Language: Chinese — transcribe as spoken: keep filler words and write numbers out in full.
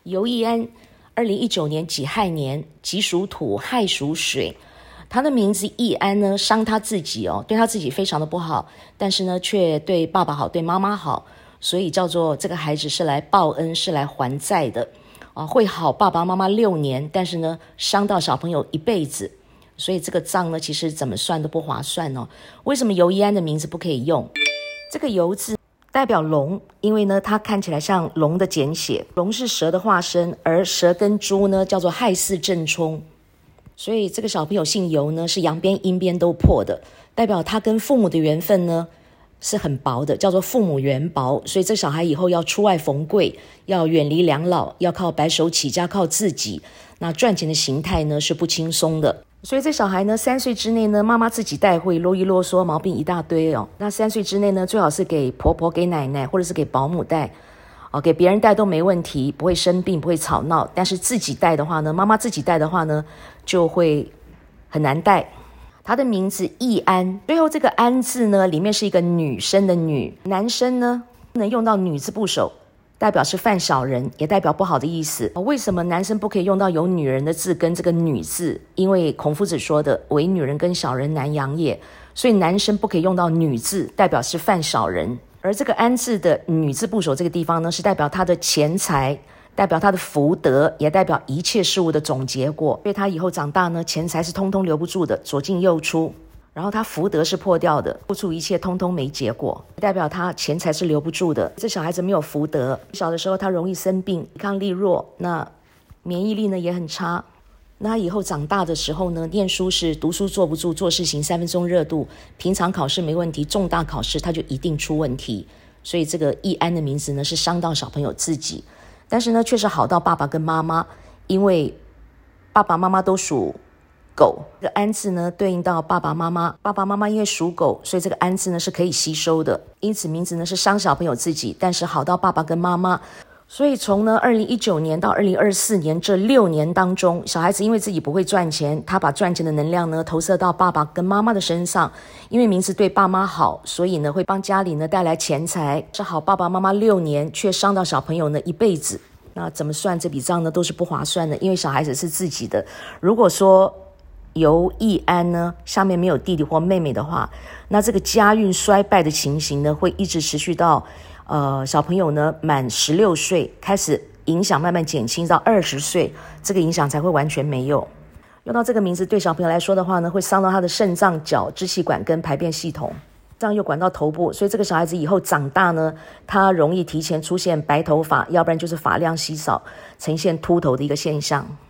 尤义安二零一九年己亥年，己属土，亥属水。他的名字义安呢，伤他自己哦，对他自己非常的不好，但是呢，却对爸爸好，对妈妈好，所以叫做这个孩子是来报恩，是来还债的啊，会好爸爸妈妈六年，但是呢，伤到小朋友一辈子，所以这个账呢，其实怎么算都不划算哦。为什么尤义安的名字不可以用？这个尤字代表龙，因为呢，它看起来像龙的简写，龙是蛇的化身，而蛇跟猪呢，叫做亥巳正冲。所以这个小朋友姓尤呢，是阳边阴边都破的，代表他跟父母的缘分呢是很薄的，叫做父母缘薄。所以这小孩以后要出外逢贵，要远离两老，要靠白手起家，靠自己。那赚钱的形态呢是不轻松的。所以这小孩呢，三岁之内呢，妈妈自己带会啰里啰嗦，毛病一大堆哦。那三岁之内呢，最好是给婆婆、给奶奶，或者是给保姆带。哦，给别人带都没问题，不会生病，不会吵闹。但是自己带的话呢，妈妈自己带的话呢，就会很难带。他的名字义安，最后这个安字呢，里面是一个女生的女，男生呢不能用到女字部首，代表是犯小人，也代表不好的意思。为什么男生不可以用到有女人的字跟这个女字？因为孔夫子说的唯女人跟小人难养也，所以男生不可以用到女字，代表是犯小人。而这个安字的女字部首这个地方呢，是代表他的钱财，代表他的福德，也代表一切事物的总结果。所以他以后长大呢，钱财是通通留不住的，左进右出。然后他福德是破掉的，付出一切通通没结果，代表他钱财是留不住的。这小孩子没有福德，小的时候他容易生病，抵抗力弱，那免疫力呢也很差。那他以后长大的时候呢，念书是读书坐不住，做事情三分钟热度，平常考试没问题，重大考试他就一定出问题。所以这个义安的名字呢，是伤到小朋友自己，但是呢，却是好到爸爸跟妈妈，因为爸爸妈妈都属狗，这个安字呢对应到爸爸妈妈，爸爸妈妈因为属狗，所以这个安字呢是可以吸收的，因此名字呢是伤小朋友自己，但是好到爸爸跟妈妈。所以从呢二零一九年到二零二四年这六年当中，小孩子因为自己不会赚钱，他把赚钱的能量呢投射到爸爸跟妈妈的身上，因为名字对爸妈好，所以呢会帮家里呢带来钱财，是好爸爸妈妈六年，却伤到小朋友呢一辈子。那怎么算这笔账呢？都是不划算的，因为小孩子是自己的。如果说尤义安呢下面没有弟弟或妹妹的话，那这个家运衰败的情形呢会一直持续到呃，小朋友呢满十六岁开始影响慢慢减轻到二十岁，这个影响才会完全没有。用到这个名字对小朋友来说的话呢，会伤到他的肾脏、脚、支气管跟排便系统，这样又管到头部，所以这个小孩子以后长大呢，他容易提前出现白头发，要不然就是发量稀少，呈现秃头的一个现象。